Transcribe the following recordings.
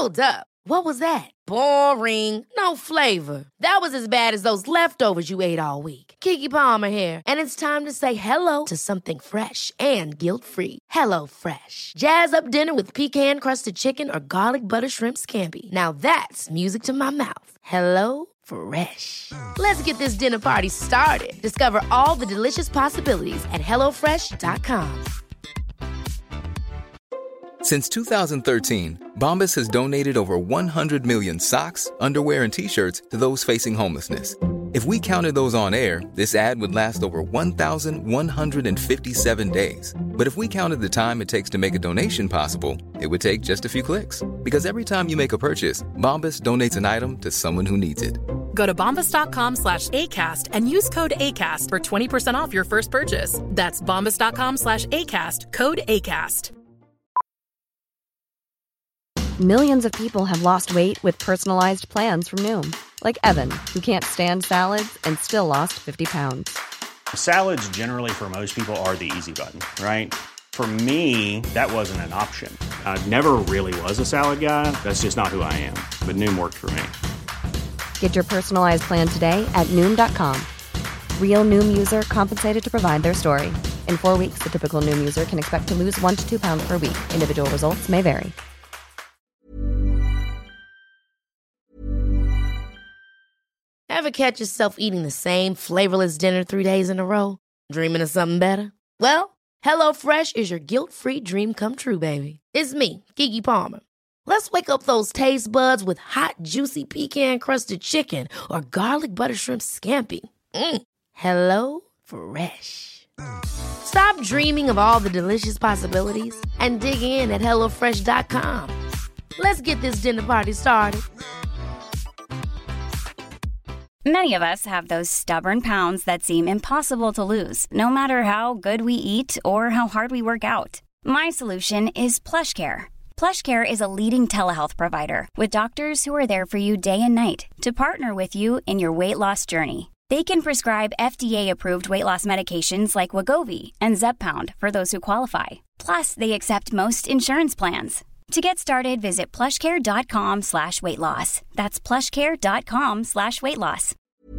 Hold up. What was that? Boring. No flavor. That was as bad as those leftovers you ate all week. Keke Palmer here, and it's time to say hello to something fresh and guilt-free. Hello Fresh. Jazz up dinner with pecan-crusted chicken or garlic butter shrimp scampi. Now that's music to my mouth. Hello Fresh. Let's get this dinner party started. Discover all the delicious possibilities at hellofresh.com. Since 2013, Bombas has donated over 100 million socks, underwear, and T-shirts to those facing homelessness. If we counted those on air, this ad would last over 1,157 days. But if we counted the time it takes to make a donation possible, it would take just a few clicks. Because every time you make a purchase, Bombas donates an item to someone who needs it. Go to bombas.com/ACAST and use code ACAST for 20% off your first purchase. That's bombas.com/ACAST, code ACAST. Millions of people have lost weight with personalized plans from Noom. Like Evan, who can't stand salads and still lost 50 pounds. Salads generally for most people are the easy button, right? For me, that wasn't an option. I never really was a salad guy. That's just not who I am. But Noom worked for me. Get your personalized plan today at Noom.com. Real Noom user compensated to provide their story. In 4 weeks, the typical Noom user can expect to lose 1 to 2 pounds per week. Individual results may vary. Ever catch yourself eating the same flavorless dinner 3 days in a row? Dreaming of something better? Well, HelloFresh is your guilt-free dream come true, baby. It's me, Keke Palmer. Let's wake up those taste buds with hot, juicy pecan-crusted chicken or garlic butter shrimp scampi. Hello Fresh. Stop dreaming of all the delicious possibilities and dig in at hellofresh.com. Let's get this dinner party started. Many of us have those stubborn pounds that seem impossible to lose, no matter how good we eat or how hard we work out. My solution is PlushCare. PlushCare is a leading telehealth provider with doctors who are there for you day and night to partner with you in your weight loss journey. They can prescribe FDA-approved weight loss medications like Wegovy and Zepbound for those who qualify. Plus, they accept most insurance plans. To get started, visit plushcare.com/weightloss. That's plushcare.com/weightloss.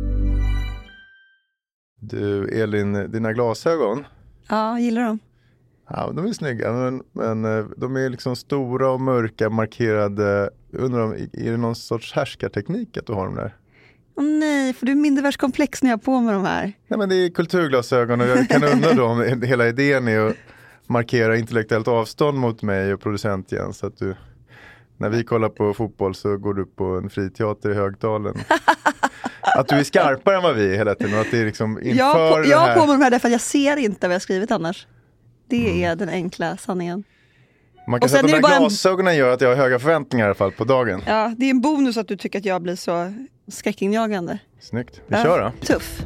Du, Elin, dina glasögon? Ja, gillar dem. Ja, de är snygga, men de är liksom stora och mörka, markerade. Undrar om, är det någon sorts härskarteknik att du har dem där? Åh nej, för du är mindervärldskomplex när jag har på med de här. Nej, men det är kulturglasögon och jag kan undra då om hela idén är att markera intellektuellt avstånd mot mig och producent Jens, så att du, när vi kollar på fotboll så går du på en friteater i Högdalen. Att du är skarpare än vad vi är hela tiden och att det är liksom inför jag har på mig de här därför att jag ser inte vad jag skrivit annars. Det är den enkla sanningen. Man kan säga att de här glasögonen gör att jag har höga förväntningar i alla fall på dagen. Ja, det är en bonus att du tycker att jag blir så skräckinjagande. Snyggt, vi kör då. Tuff.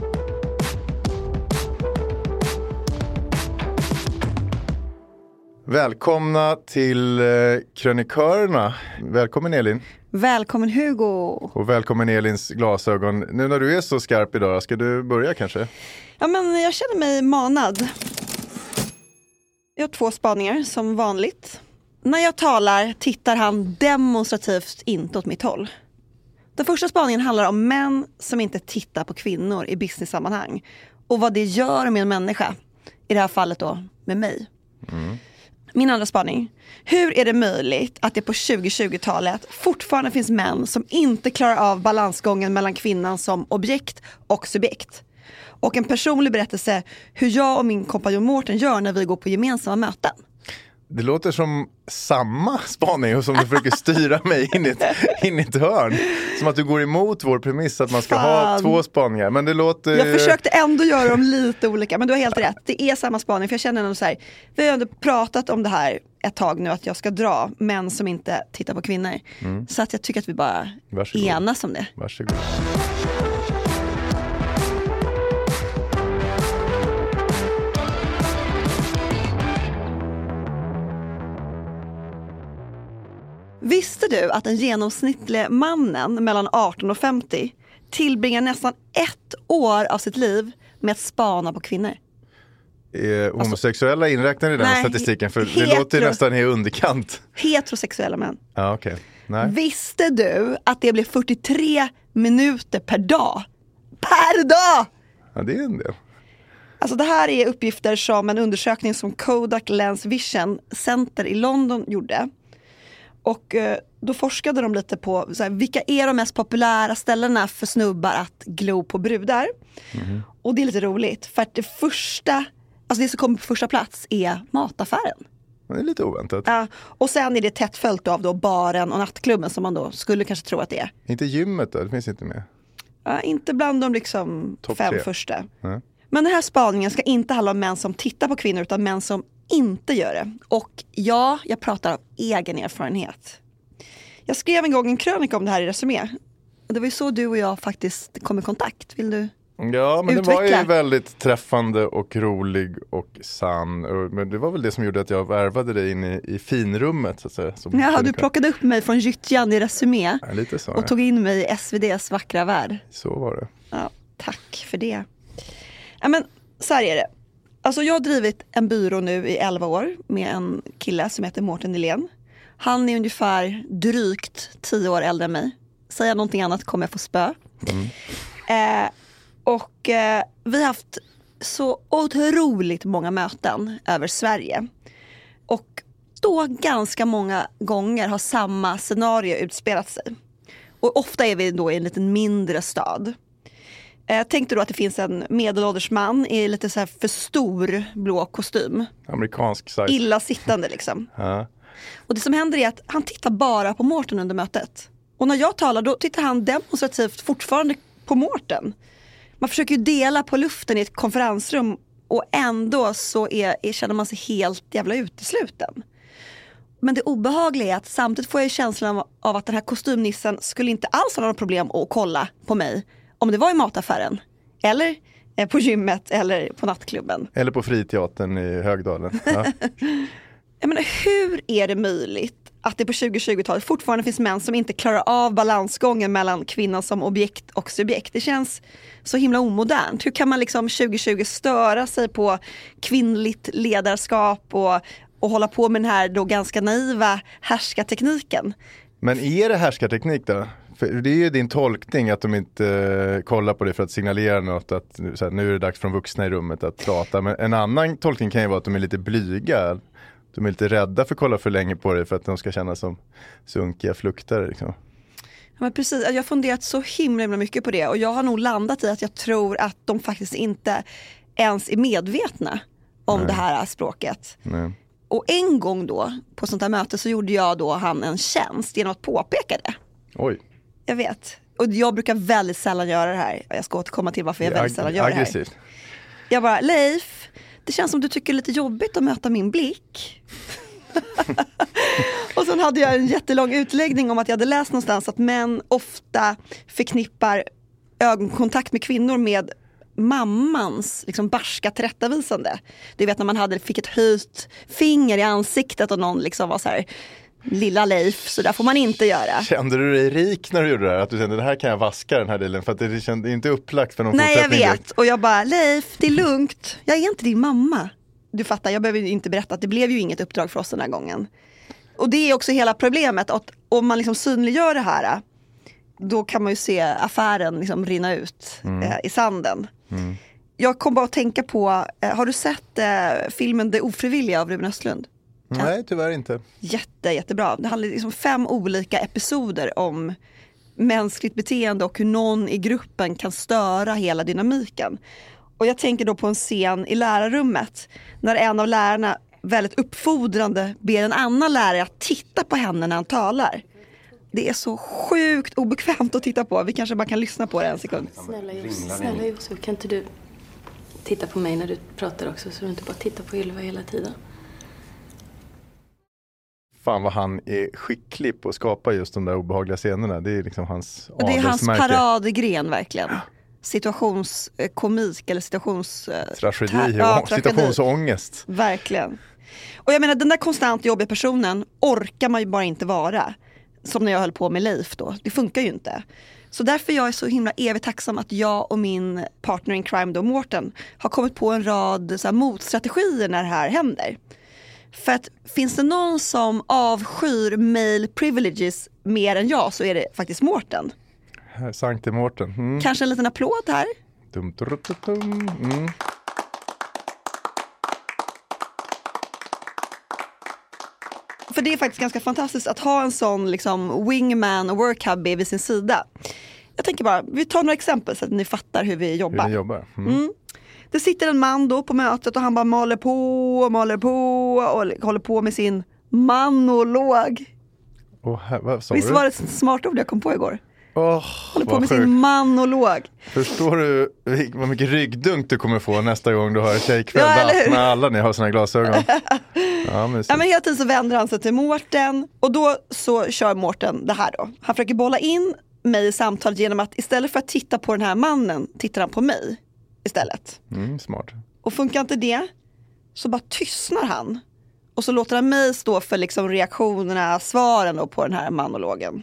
Välkomna till krönikörerna. Välkommen Elin. Välkommen Hugo. Och välkommen Elins glasögon. Nu när du är så skarp idag, ska du börja kanske? Ja, men jag känner mig manad. Jag har 2 spaningar som vanligt. När jag talar tittar han demonstrativt inte åt mitt håll. Den första spaningen handlar om män som inte tittar på kvinnor i business-sammanhang. Och vad det gör med en människa. I det här fallet då med mig. Min andra spaning. Hur är det möjligt att det på 2020-talet fortfarande finns män som inte klarar av balansgången mellan kvinnan som objekt och subjekt? Och en personlig berättelse hur jag och min kompanjon Mårten gör när vi går på gemensamma möten. Det låter som samma spaning och som du försöker styra mig in i ett hörn. Som att du går emot vår premiss att man ska ha 2 spaningar. Men det låter... Jag försökte ändå göra dem lite olika, men du har helt rätt. Det är samma spaning, för jag känner ändå så här. Vi har ändå pratat om det här ett tag nu, att jag ska dra män som inte tittar på kvinnor. Så att jag tycker att vi bara enas om det. Varsågod. Visste du att den genomsnittliga mannen mellan 18 och 50 tillbringar nästan 1 år av sitt liv med att spana på kvinnor? Är homosexuella inräknade i den nej, statistiken? För det låter nästan i underkant. Heterosexuella män. Ja, okej. Nej. Visste du att det blir 43 minuter per dag? Per dag! Ja, det är en del. Alltså det här är uppgifter som en undersökning som Kodak Lens Vision Center i London gjorde. Och då forskade de lite på så här, vilka är de mest populära ställena för snubbar att glo på brudar. Och det är lite roligt för att det som kommer på första plats är mataffären. Det är lite oväntat. Ja, och sen är det tätt följt av då baren och nattklubben som man då skulle kanske tro att det är. Inte gymmet då, det finns inte med. Ja, inte bland de liksom Top 5 3. första. Ja. Men den här spaningen ska inte handla om män som tittar på kvinnor utan män som inte gör det. Och ja, jag pratar av egen erfarenhet. Jag skrev en gång en krönika om det här i Resumé. Och det var ju så du och jag faktiskt kom i kontakt. Vill du Ja, men utveckla? det var ju väldigt träffande och rolig och sann. Men det var väl det som gjorde att jag värvade dig in i finrummet så att säga. Ja, du plockade upp mig från gyttjan i Resumé Ja, lite så, och tog in mig i SVDs vackra värld. Så var det. Ja, tack för det. Ja, men så här är det. Alltså jag har drivit en byrå nu i 11 år med en kille som heter Mårten Nylén. Han är ungefär drygt 10 år äldre än mig. Säger jag någonting annat kommer jag få spö. Vi har haft så otroligt många möten över Sverige. Och då ganska många gånger har samma scenario utspelat sig. Och ofta är vi då i en liten mindre stad. Tänk dig då att det finns en medelålders man i lite så här för stor blå kostym. Amerikansk size. Illa sittande liksom. Ja. Och det som händer är att han tittar bara på Mårten under mötet. Och när jag talar då tittar han demonstrativt fortfarande på Mårten. Man försöker ju dela på luften i ett konferensrum och ändå så känner man sig helt jävla utesluten. Men det obehagliga är att samtidigt får jag känslan av att den här kostymnissen skulle inte alls ha några problem att kolla på mig. Om det var i mataffären, eller på gymmet, eller på nattklubben. Eller på friteatern i Högdalen. Ja. Jag menar, hur är det möjligt att det på 2020-talet fortfarande finns män som inte klarar av balansgången mellan kvinnan som objekt och subjekt? Det känns så himla omodernt. Hur kan man liksom 2020 störa sig på kvinnligt ledarskap och hålla på med den här då ganska naiva härskartekniken? Men är det härskarteknik då? För det är ju din tolkning att de inte kollar på det för att signalera något, att så här, nu är det dags för de vuxna i rummet att prata. Men en annan tolkning kan ju vara att de är lite blyga. De är lite rädda för att kolla för länge på det för att de ska känna som sunkiga fluktare. Liksom. Ja, men precis, jag har funderat så himla mycket på det och jag har nog landat i att jag tror att de faktiskt inte ens är medvetna om det här språket. Nej. Och en gång då på sånt här möte så gjorde jag då han en tjänst genom att påpeka det. Oj. Jag vet. Och jag brukar väldigt sällan göra det här. Jag ska återkomma till varför jag väldigt sällan gör det här. Jag bara, Leif, det känns som du tycker det är lite jobbigt att möta min blick. Och sen hade jag en jättelång utläggning om att jag hade läst någonstans att män ofta förknippar ögonkontakt med kvinnor med mammans liksom barska tillrättavisande. Du vet när man fick ett höjt finger i ansiktet och någon liksom var så här, lilla Leif, så där får man inte göra. Kände du dig rik när du gjorde det här? Att du kände, det här kan jag vaska den här delen, för att det är inte upplagt för någon Nej, fortsättning. Jag vet. Och jag bara, Leif, det är lugnt. Jag är inte din mamma. Du fattar, jag behöver ju inte berätta att det blev ju inget uppdrag för oss den här gången. Och det är också hela problemet, att om man liksom synliggör det här, då kan man ju se affären liksom rinna ut i sanden. Mm. Jag kom bara att tänka på, har du sett filmen Det ofrivilliga av Ruben Östlund? Nej, tyvärr inte. Jättebra. Det handlar liksom 5 olika episoder om mänskligt beteende och hur någon i gruppen kan störa hela dynamiken. Och jag tänker då på en scen i lärarrummet när en av lärarna väldigt uppfordrande ber en annan lärare att titta på henne när han talar. Det är så sjukt obekvämt att titta på. Vi kanske bara kan lyssna på det en sekund. Snälla Josef, kan inte du titta på mig när du pratar också, så du inte bara tittar på Ylva hela tiden? Fan vad han är skicklig på att skapa just de där obehagliga scenerna. Det är liksom hans adelsmärke. Det är hans paradgren verkligen. Situationskomik eller situationsångest. Verkligen. Och jag menar, den där konstant jobbiga personen orkar man ju bara inte vara. Som när jag höll på med Leif då. Det funkar ju inte. Så därför jag är så himla evigt tacksam att jag och min partner in crime då, Mårten, har kommit på en rad så här, motstrategier när det här händer. För att finns det någon som avskyr male privileges mer än jag så är det faktiskt Mårten. Sankte Mårten. Kanske en liten applåd här. För det är faktiskt ganska fantastiskt att ha en sån liksom wingman och workhubby vid sin sida. Jag tänker bara, vi tar några exempel så att ni fattar hur vi jobbar. Hur ni jobbar. Det sitter en man då på mötet och han bara maler på och håller på med sin monolog. Visst var det ett smart ord jag kom på igår? Håller på med sin monolog. Förstår du vad mycket ryggdunk du kommer få nästa gång du har tjejkväll när alla ni har såna glasögon? Men hela tiden så vänder han sig till Mårten och då så kör Mårten det här då. Han försöker bolla in mig i samtalet genom att istället för att titta på den här mannen tittar han på mig istället. Smart. Och funkar inte det så bara tystnar han. Och så låter han mig stå för liksom reaktionerna, svaren då på den här monologen.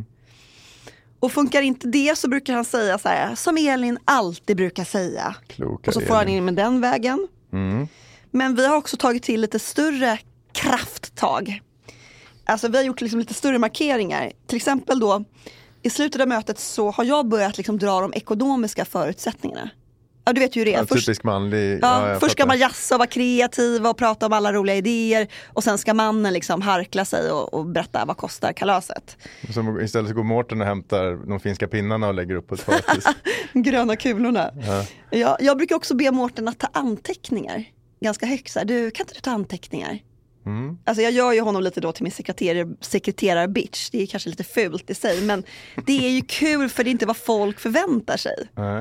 Och funkar inte det så brukar han säga så här, som Elin alltid brukar säga. Kloka och så får han in med den vägen. Men vi har också tagit till lite större krafttag. Alltså vi har gjort liksom lite större markeringar. Till exempel då, i slutet av mötet så har jag börjat liksom dra de ekonomiska förutsättningarna. Ja, du vet ju hur det är. Typisk manlig. Först ska man jassa och vara kreativ och prata om alla roliga idéer. Och sen ska mannen liksom harkla sig och berätta vad kostar kalaset. Så istället så går Mårten och hämtar de finska pinnarna och lägger upp på ett fatis. Gröna kulorna. Ja, jag brukar också be Mårten att ta anteckningar. Ganska högt så här, kan inte du ta anteckningar? Alltså jag gör ju honom lite då till min sekreterar-bitch. Det är kanske lite fult i sig. Men det är ju kul för det är inte vad folk förväntar sig.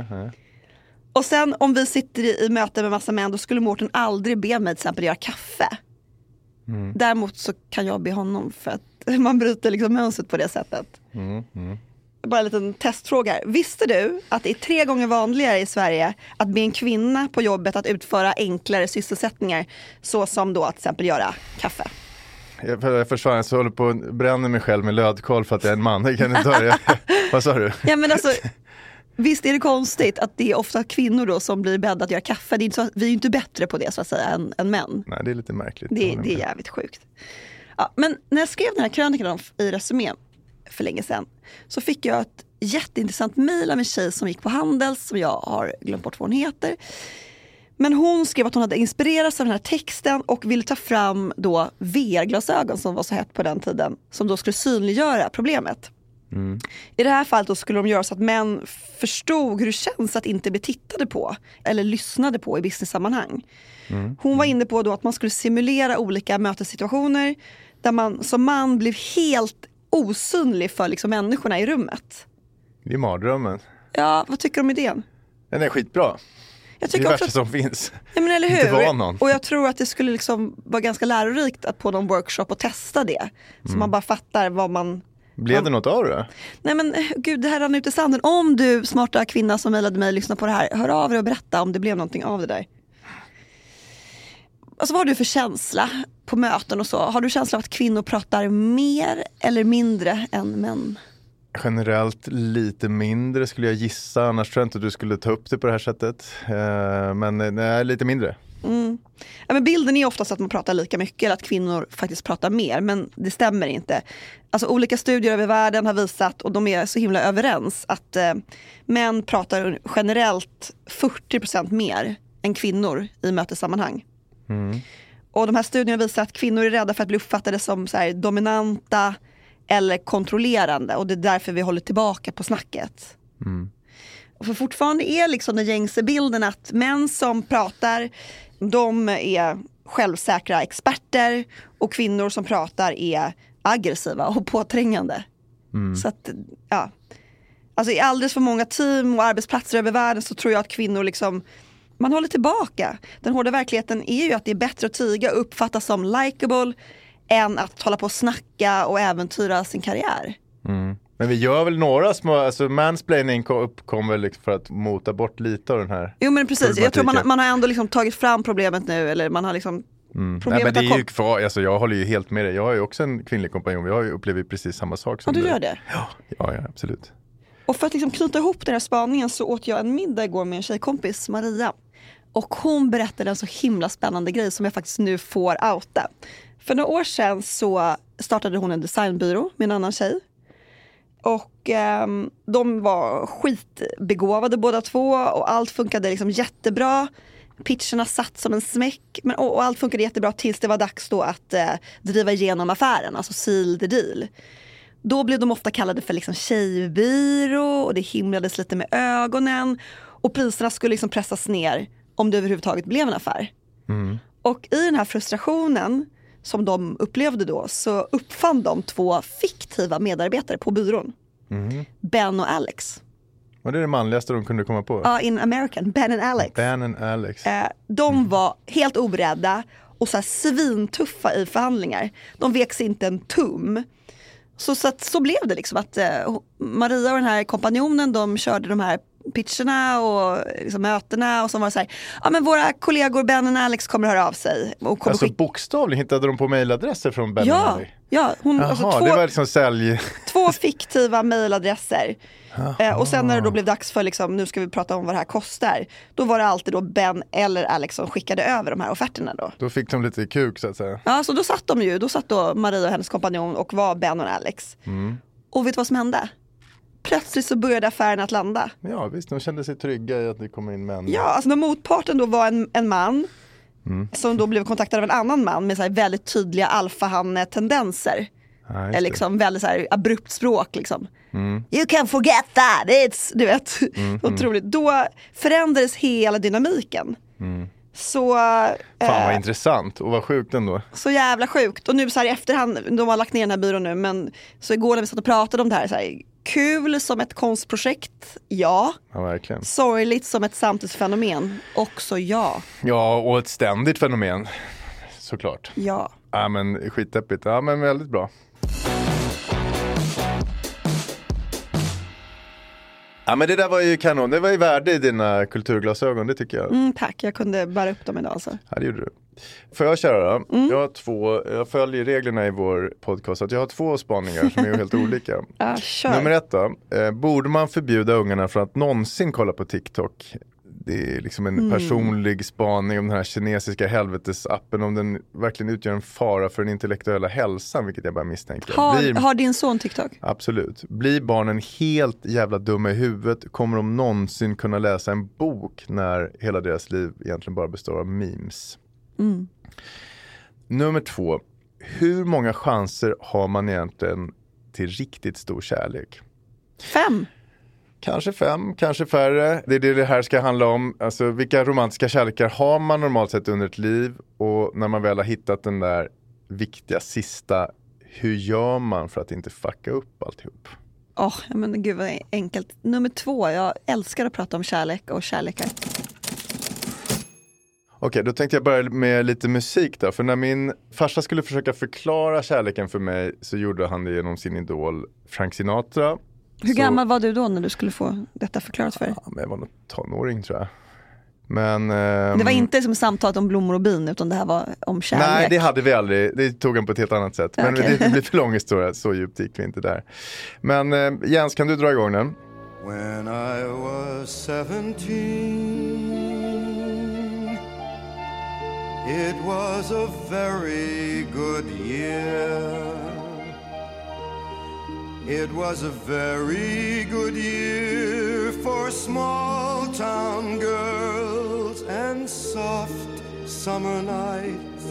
Och sen om vi sitter i möte med massa män, då skulle Mårten aldrig be mig till exempel göra kaffe. Däremot så kan jag be honom för att man bryter liksom mönstret på det sättet. Bara en liten testfråga. Visste du att det är 3 gånger vanligare i Sverige att be en kvinna på jobbet att utföra enklare sysselsättningar så som då att till exempel göra kaffe? Jag försvann så håller på att bränna mig själv med lödkål för att jag är en man. Jag kan inte ta det. Vad sa du? Ja, men alltså, visst är det konstigt att det är ofta kvinnor då som blir bedda att göra kaffe. Det är inte så, vi är ju inte bättre på det så att säga än män. Nej, det är lite märkligt. Det är jävligt sjukt. Ja, men när jag skrev den här krönikan i Resumé för länge sedan så fick jag ett jätteintressant mejl av en tjej som gick på Handels som jag har glömt bort vad hon heter. Men hon skrev att hon hade inspirerats av den här texten och ville ta fram då VR-glasögon som var så hett på den tiden som då skulle synliggöra problemet. I det här fallet då skulle de göra så att män förstod hur det känns att inte bli tittade på eller lyssnade på i business-sammanhang. Hon var inne på då att man skulle simulera olika mötessituationer där man som man blev helt osynlig för liksom människorna i rummet. Det är mardrömmen. Ja, vad tycker du om idén? Den är skitbra. Jag tycker det är också värsta som finns. Ja, men eller hur? Inte vara någon. Och jag tror att det skulle liksom vara ganska lärorikt att på någon workshop och testa det. Så man bara fattar vad man... Blev det något av det? Nej men gud, det här rann ut i sanden. Om du, smarta kvinna som mejlade mig, lyssnar på det här, hör av dig och berätta om det blev någonting av det där. Alltså vad har du för känsla på möten och så? Har du känsla av att kvinnor pratar mer eller mindre än män? Generellt lite mindre skulle jag gissa. Annars tror jag inte att du skulle ta upp det på det här sättet. Men nej, lite mindre. Ja, men bilden är oftast att man pratar lika mycket eller att kvinnor faktiskt pratar mer. Men det stämmer inte. Alltså olika studier över världen har visat, och de är så himla överens, att män pratar generellt 40% mer än kvinnor i mötessammanhang. Och de här studierna visar att kvinnor är rädda för att bli uppfattade som så här dominanta eller kontrollerande, och det är därför vi håller tillbaka på snacket. Och för fortfarande är liksom den gängse bilden att män som pratar, de är självsäkra experter, och kvinnor som pratar är aggressiva och påträngande. Så att, ja. Alltså i alldeles för många team och arbetsplatser över världen så tror jag att kvinnor liksom, man håller tillbaka. Den hårda verkligheten är ju att det är bättre att tiga och uppfattas som likeable än att hålla på och snacka och äventyra sin karriär. Men vi gör väl några små, alltså mansplaining uppkom väl liksom för att mota bort lite av den här. Jo men precis, jag tror man har ändå liksom tagit fram problemet nu, eller man har liksom Nej, men det är ju kvar, alltså jag håller ju helt med dig. Jag har ju också en kvinnlig kompanjon, jag har ju upplevt precis samma sak som du. Ja, du gör det? Ja, absolut. Och för att liksom knyta ihop den här spaningen så åt jag en middag igår med en tjejkompis, Maria. Och hon berättade en så himla spännande grej som jag faktiskt nu får outa. För några år sedan så startade hon en designbyrå med en annan tjej. Och de var skitbegåvade båda två och allt funkade liksom jättebra. Pitcherna satt som en smäck och allt funkade jättebra tills det var dags då att driva igenom affären, alltså seal the deal. Då blev de ofta kallade för liksom tjejbyrå och det himlades lite med ögonen och priserna skulle liksom pressas ner om det överhuvudtaget blev en affär. Och i den här frustrationen som de upplevde då så uppfann de 2 fiktiva medarbetare på byrån. Ben och Alex. Var det det manligaste de kunde komma på? Ja, in American. Ben and Alex. Ben and Alex. De var helt orädda och så här svintuffa i förhandlingar. De veks inte en tum. Så blev det liksom att Maria och den här kompanjonen, de körde de här pitcherna och liksom mötena och så var det så här, ja men våra kollegor Ben och Alex kommer höra av sig. Och kommer alltså bokstavligen hittade de på mejladresser från Ben och Alex? Ja, alltså det var liksom sälj. 2 fiktiva mejladresser. Och sen när det då blev dags för liksom, nu ska vi prata om vad det här kostar, då var det alltid då Ben eller Alex som skickade över de här offerterna då. Då fick de lite kuk så att säga. Ja, så då satt då Maria och hennes kompanjon och var Ben och Alex. Och vet du vad som hände? Plötsligt så började affären att landa. Ja visst, de kände sig trygga i att det kom in män. Ja, alltså när motparten då var en man som då blev kontaktad av en annan man med så här väldigt tydliga alfahanne-tendenser. Eller liksom väldigt så här abrupt språk liksom. You can forget that, it's, du vet, otroligt. Då förändrades hela dynamiken. Så fan vad intressant och vad sjukt ändå. Så jävla sjukt. Och nu så här i efterhand, de har lagt ner den här byrån nu, men så igår när vi satt och pratade om det här, så här kul som ett konstprojekt, ja verkligen. Sorgligt som ett samtidsfenomen, också ja. Ja, och ett ständigt fenomen, såklart. Ja. Ja men skitdeppigt, ja men väldigt bra. Ja men det där var ju kanon, det var ju värde i dina kulturglasögon, det tycker jag. Tack, jag kunde bära upp dem idag alltså. Ja det gjorde du. Får jag köra då? Jag följer reglerna i vår podcast att jag har 2 spaningar som är helt olika. Ja, kör. Nummer 1 då, borde man förbjuda ungarna från att någonsin kolla på TikTok? Det är liksom en personlig spaning om den här kinesiska helvetesappen, om den verkligen utgör en fara för den intellektuella hälsan, vilket jag bara misstänker. Har din son TikTok? Absolut. Blir barnen helt jävla dumma i huvudet, kommer de någonsin kunna läsa en bok när hela deras liv egentligen bara består av memes? Nummer 2. Hur många chanser har man egentligen till riktigt stor kärlek? 5. Kanske 5, kanske färre. Det är det här ska handla om. Alltså vilka romantiska kärlekar har man normalt sett under ett liv? Och när man väl har hittat den där viktiga sista, hur gör man för att inte fucka upp alltihop? Men gud vad enkelt. Nummer 2, jag älskar att prata om kärlek och kärlekar. Okej, då tänkte jag börja med lite musik då. För när min farsa skulle försöka förklara kärleken för mig så gjorde han det genom sin idol Frank Sinatra. Hur gammal var du då när du skulle få detta förklarat för dig? Ja, men jag var nog tonåring tror jag. Men, det var inte som samtalet om blommor och bin, utan det här var om kärlek. Nej, det hade vi aldrig. Det tog han på ett helt annat sätt. Men det blir för lång historia, så djupt gick vi inte där. Men Jens, kan du dra igång den? When I was 17, it was a very good year. It was a very good year for small town girls and soft summer nights.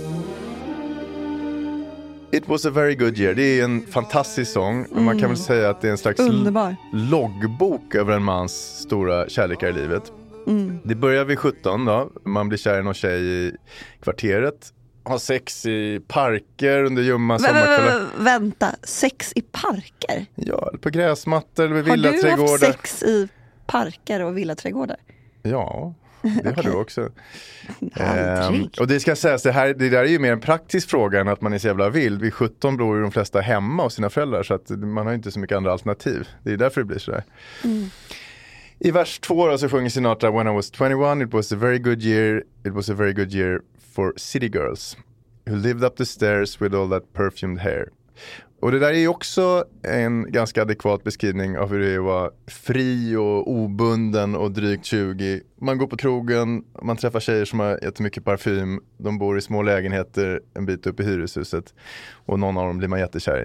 It was a very good year. Det är en fantastisk sång. Man kan väl säga att det är en slags loggbok över en mans stora kärlekar i livet. Det börjar vid 17 då. Man blir kär i någon tjej i kvarteret. Har sex i parker under ljumma sommarkvällar. Vänta, sex i parker? Ja, på gräsmattor eller vid villaträdgårdar. Har du haft sex i parker och villaträdgårdar? Ja, det har du också. Och det ska sägas, det där är ju mer en praktisk fråga än att man är så jävla vild. Vid 17 bor ju de flesta hemma hos sina föräldrar, så att man har inte så mycket andra alternativ. Det är därför det blir så där. I vers 2 då så sjunger Sinatra: When I was 21 it was a very good year. It was a very good year for city girls who lived up the stairs with all that perfumed hair. Och det där är ju också en ganska adekvat beskrivning av hur det är att vara fri och obunden och drygt 20. Man går på krogen, man träffar tjejer som har jättemycket parfym. De bor i små lägenheter en bit upp i hyreshuset. Och någon av dem blir man jättekär i.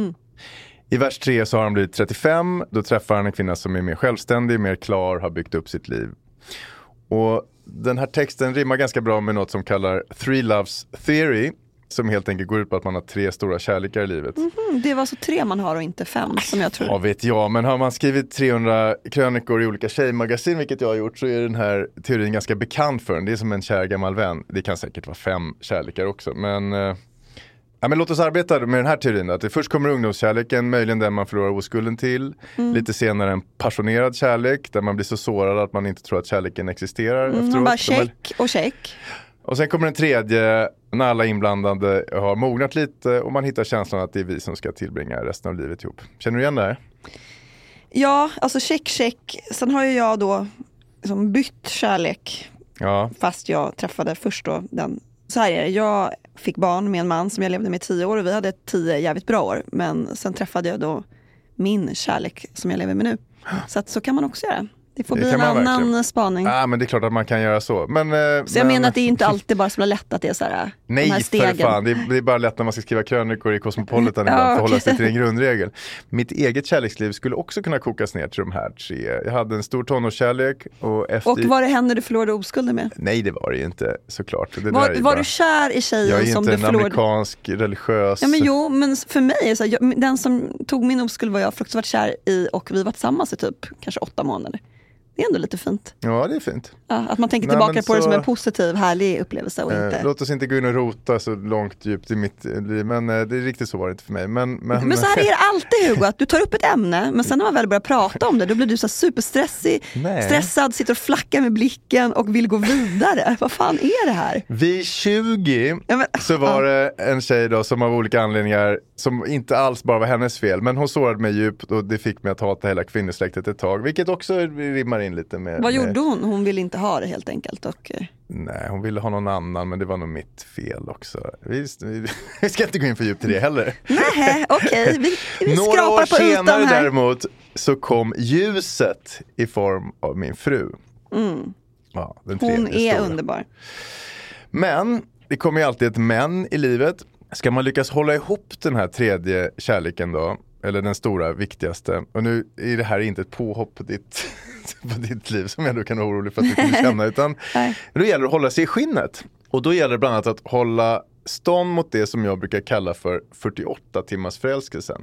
I vers 3 så har han blivit 35. Då träffar han en kvinna som är mer självständig, mer klar, har byggt upp sitt liv. Och den här texten rimmar ganska bra med något som kallar Three Loves Theory. Som helt enkelt går ut på att man har 3 stora kärlekar i livet. Det var så 3 man har och inte 5 som jag tror. Ja, vet jag. Men har man skrivit 300 krönikor i olika tjejmagasin, vilket jag har gjort, så är den här teorin ganska bekant för en. Det är som en kär gammal vän. Det kan säkert vara 5 kärlekar också. Men låt oss arbeta med den här teorin. Att det först kommer ungdomskärleken, möjligen den man förlorar oskulden till. Lite senare en passionerad kärlek, där man blir så sårad att man inte tror att kärleken existerar. Efteråt. Man bara check och check. Och sen kommer den tredje, när alla inblandade har mognat lite och man hittar känslan att det är vi som ska tillbringa resten av livet ihop. Känner du igen det här? Ja, alltså check. Sen har ju jag då liksom bytt kärlek. Ja. Fast jag träffade först då den. Så här är det, jag fick barn med en man som jag levde med i 10 år och vi hade 10 jävligt bra år. Men sen träffade jag då min kärlek som jag lever med nu. Så att så kan man också göra. Det får bli en annan spaning. Ja, men det är klart att man kan göra så. Så jag menar att det är inte alltid bara så lätt att det är så här. Nej, de här stegen. för fan. Det är bara lätt när man ska skriva krönikor i Cosmopolitan ibland för att hålla sig till en grundregel. Mitt eget kärleksliv skulle också kunna kokas ner till de här 3. Jag hade en stor tonårskärlek och efter... Och var det henne du förlorade oskulden med? Nej, det var det ju inte, såklart. Det var du kär i tjejen som du förlorade? Jag är inte en amerikansk religiös... Ja, men för mig, så här, den som tog min oskuld var jag fruktansvärt kär i och vi var tillsammans i typ kanske 8 månader. Det är ändå lite fint. Ja, det är fint. Ja, att man tänker tillbaka på det som en positiv, härlig upplevelse och inte... Låt oss inte gå in och rota så långt djupt i mitt liv, men det är riktigt så var det inte för mig. Men så här är det alltid, Hugo, att du tar upp ett ämne, men sen när man väl börjar prata om det, då blir du så stressad, sitter och flackar med blicken och vill gå vidare. Vad fan är det här? Vid 20 så var det en tjej då som av olika anledningar, som inte alls bara var hennes fel, men hon sårade mig djupt och det fick mig att hata hela kvinnosläktet ett tag, vilket också rimmar in lite med... Vad gjorde hon? Hon ville inte ha det helt enkelt. Och... Nej, hon ville ha någon annan, men det var nog mitt fel också. Vi ska inte gå in för djupt i det heller. Nej, okej. Vi några skrapar år på senare ytan här. Däremot så kom ljuset i form av min fru. Ja, hon är stora. Underbar. Men det kommer ju alltid ett men i livet. Ska man lyckas hålla ihop den här 3:e kärleken då, eller den stora, viktigaste, och nu är det här inte ett påhopp på ditt liv som jag då kan vara orolig för att du kommer känna, utan då gäller det att hålla sig i skinnet. Och då gäller det bland annat att hålla stånd mot det som jag brukar kalla för 48 timmars förälskelsen.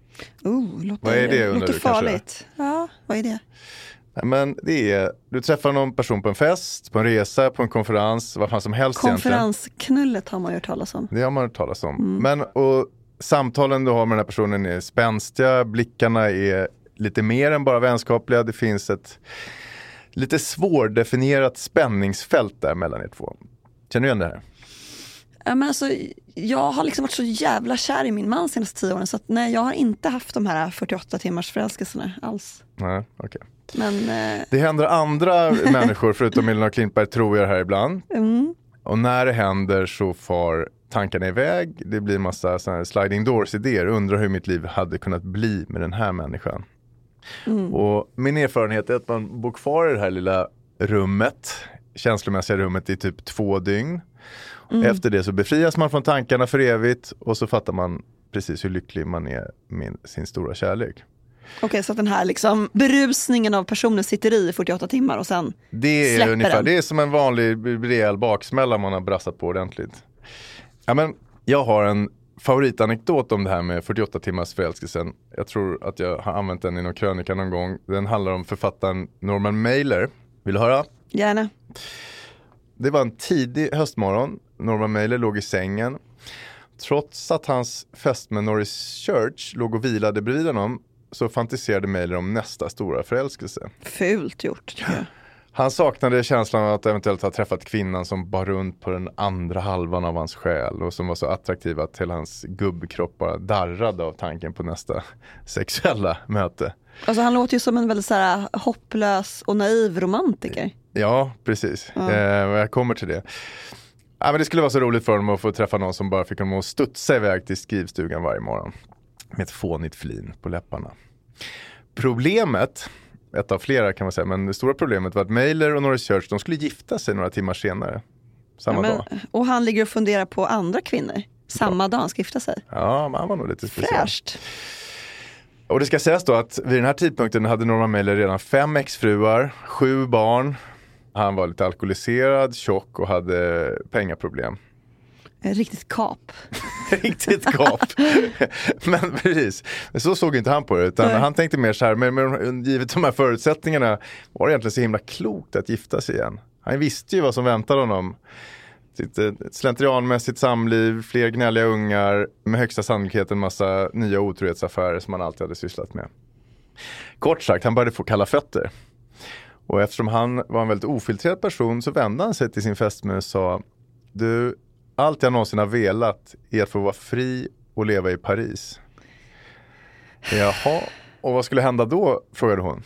Vad är det, låter farligt. Ja, vad är det? Men det är, du träffar någon person på en fest, på en resa, på en konferens, vad fan som helst. Konferensknullet har man hört talas om. Det har man hört talas om. Men och samtalen du har med den här personen är spänstiga, blickarna är lite mer än bara vänskapliga. Det finns ett lite svårdefinierat spänningsfält där mellan er två. Känner du igen det här? Ja, men alltså, jag har liksom varit så jävla kär i min man senaste 10 åren, så att nej, jag har inte haft de här 48 timmars förälskelserna alls. Nej, okej. Men det händer andra människor förutom Elinor Klintberg, tror jag, här ibland. Och när det händer så far tankarna iväg. Det blir en massa såna här sliding doors-idéer. Undrar hur mitt liv hade kunnat bli med den här människan. Och min erfarenhet är att man bor kvar i det här lilla rummet, känslomässiga rummet, i typ 2 dygn. Efter det så befrias man från tankarna för evigt och så fattar man precis hur lycklig man är med sin stora kärlek. Okej, så att den här liksom berusningen av personen sitter i 48 timmar och sen det är ungefär den. Det är som en vanlig rejäl baksmälla man har brassat på ordentligt. Ja, men jag har en favoritanekdot om det här med 48 timmars förälskelsen. Jag tror att jag har använt den i någon krönika någon gång. Den handlar om författaren Norman Mailer. Vill du höra? Gärna. Det var en tidig höstmorgon. Norman Mailer låg i sängen. Trots att hans fästmö Norris Church låg och vilade bredvid honom, så fantiserade Mailer om nästa stora förälskelse. Fult gjort, tror jag. Han saknade känslan av att eventuellt ha träffat kvinnan som bar runt på den andra halvan av hans själ och som var så attraktiv att hela hans gubbkropp bara darrade av tanken på nästa sexuella möte. Alltså han låter ju som en väldigt så här hopplös och naiv romantiker. Ja, precis. Jag kommer till det. Ja, men det skulle vara så roligt för dem att få träffa någon som bara fick dem att studsa iväg till skrivstugan varje morgon. Med ett fånigt flin på läpparna. Problemet, ett av flera kan man säga, men det stora problemet var att Mailer och Norris Church, de skulle gifta sig några timmar senare. Samma dag. Och han ligger och funderar på andra kvinnor. Samma dag han ska gifta sig. Ja, men han var nog lite speciell. Fräscht. Och det ska sägas då att vid den här tidpunkten hade Norman Mailer redan 5 exfruar, 7 barn. Han var lite alkoholiserad, tjock och hade pengaproblem. Riktigt kap. Riktigt kap. Men precis, så såg inte han på det. Utan han tänkte mer så här, men givet de här förutsättningarna var det egentligen så himla klokt att gifta sig igen. Han visste ju vad som väntade honom. Ett slentrianmässigt samliv, fler gnälliga ungar, med högsta sannolikhet en massa nya otrohetsaffärer som han alltid hade sysslat med. Kort sagt, han började få kalla fötter. Och eftersom han var en väldigt ofiltrerad person så vände han sig till sin fästmö och sa: du, allt jag någonsin har velat är att få vara fri och leva i Paris. Jaha, och vad skulle hända då, frågade hon.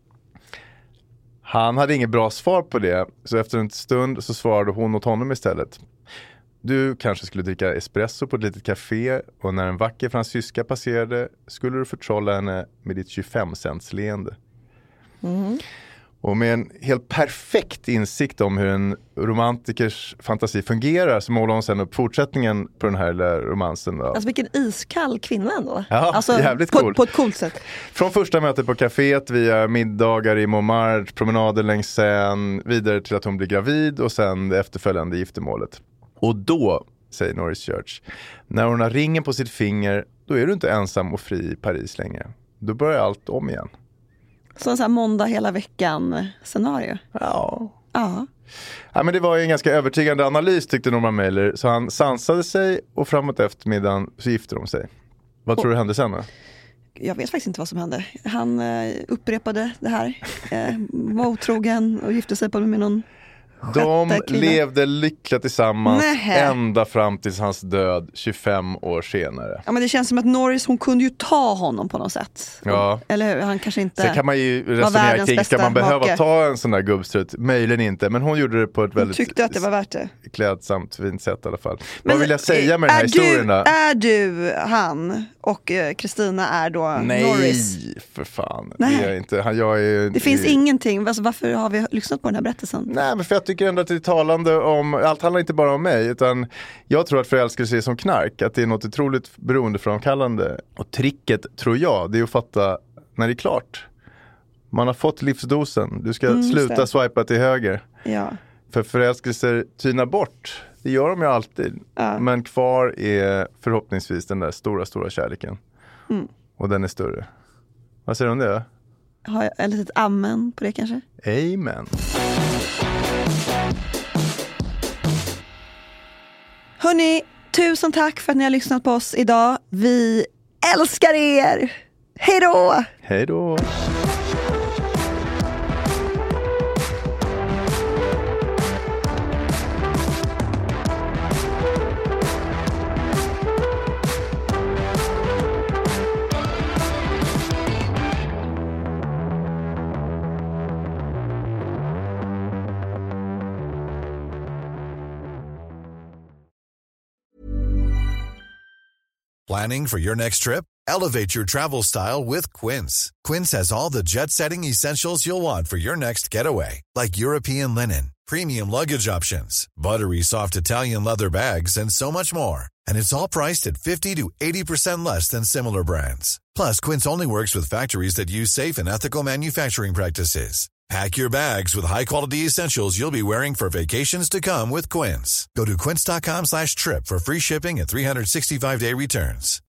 Han hade inget bra svar på det, så efter en stund så svarade hon åt honom istället. Du kanske skulle dricka espresso på ett litet café och när en vacker fransyska passerade skulle du förtrolla henne med ditt 25-cents leende. Mm. Och med en helt perfekt insikt om hur en romantikers fantasi fungerar så målar hon sen upp fortsättningen på den här romansen. Då. Alltså vilken iskall kvinna ändå. Ja, alltså, jävligt cool. På ett coolt sätt. Från första mötet på kaféet via middagar i Montmartre, promenader längs Seine, vidare till att hon blir gravid och sen det efterföljande giftermålet. Och då, säger Norris Church, när hon har ringen på sitt finger, då är du inte ensam och fri i Paris längre. Då börjar allt om igen. Så här måndag hela veckan scenario. Ja. Ja. Ja, men det var ju en ganska övertygande analys tyckte Norman Mailer. Så han sansade sig och framåt eftermiddagen så gifte de sig. Vad tror du hände sen då? Jag vet faktiskt inte vad som hände. Han upprepade det här. Var otrogen och gifte sig med någon. De levde lyckliga tillsammans ända fram till hans död 25 år senare. Ja, men det känns som att Norris, hon kunde ju ta honom på något sätt. Ja. Eller hur? Han kanske inte. Sen kan man ju resonera kring, ska man behöva ta en sån där gubbstrutt? Möjligen inte, men hon gjorde det på ett väldigt tyckte att det var värt det. Klädsamt, fint sätt i alla fall. Men vad vill jag säga med den här historien då? Är du han och Kristina är då Norris? Nej, för fan. Nej. Det är inte. Det finns ingenting. Alltså, varför har vi lyssnat på den här berättelsen? Nej, men för jag tycker ändå att det är talande om, allt handlar inte bara om mig, utan jag tror att förälskelse är som knark, att det är något otroligt beroendeframkallande. Och tricket, tror jag, det är att fatta när det är klart. Man har fått livsdosen, du ska sluta swipa till höger. Ja. För förälskelser tynar bort, det gör de ju alltid. Ja. Men kvar är förhoppningsvis den där stora, stora kärleken. Mm. Och den är större. Vad säger du om det? Har jag ett litet amen på det kanske? Amen. Hörrni, tusen tack för att ni har lyssnat på oss idag. Vi älskar er! Hej då! Hej då! Planning for your next trip? Elevate your travel style with Quince. Quince has all the jet-setting essentials you'll want for your next getaway, like European linen, premium luggage options, buttery soft Italian leather bags, and so much more. And it's all priced at 50 to 80% less than similar brands. Plus, Quince only works with factories that use safe and ethical manufacturing practices. Pack your bags with high-quality essentials you'll be wearing for vacations to come with Quince. Go to quince.com/trip for free shipping and 365-day returns.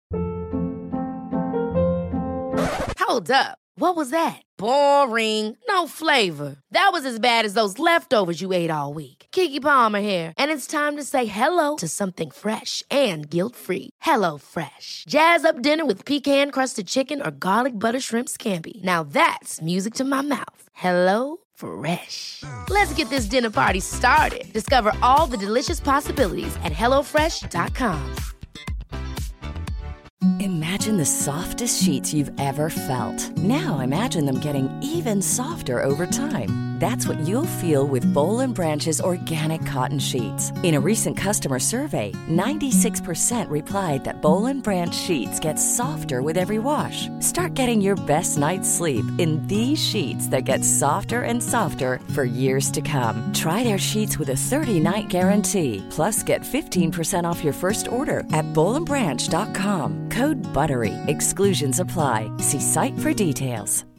Hold up. What was that? Boring. No flavor. That was as bad as those leftovers you ate all week. Keke Palmer here. And it's time to say hello to something fresh and guilt-free. Hello Fresh. Jazz up dinner with pecan-crusted chicken or garlic butter shrimp scampi. Now that's music to my mouth. Hello Fresh. Let's get this dinner party started. Discover all the delicious possibilities at hellofresh.com. Imagine the softest sheets you've ever felt. Now imagine them getting even softer over time. That's what you'll feel with Boll & Branch's organic cotton sheets. In a recent customer survey, 96% replied that Boll & Branch sheets get softer with every wash. Start getting your best night's sleep in these sheets that get softer and softer for years to come. Try their sheets with a 30-night guarantee. Plus, get 15% off your first order at bollandbranch.com. Code BUTTERY. Exclusions apply. See site for details.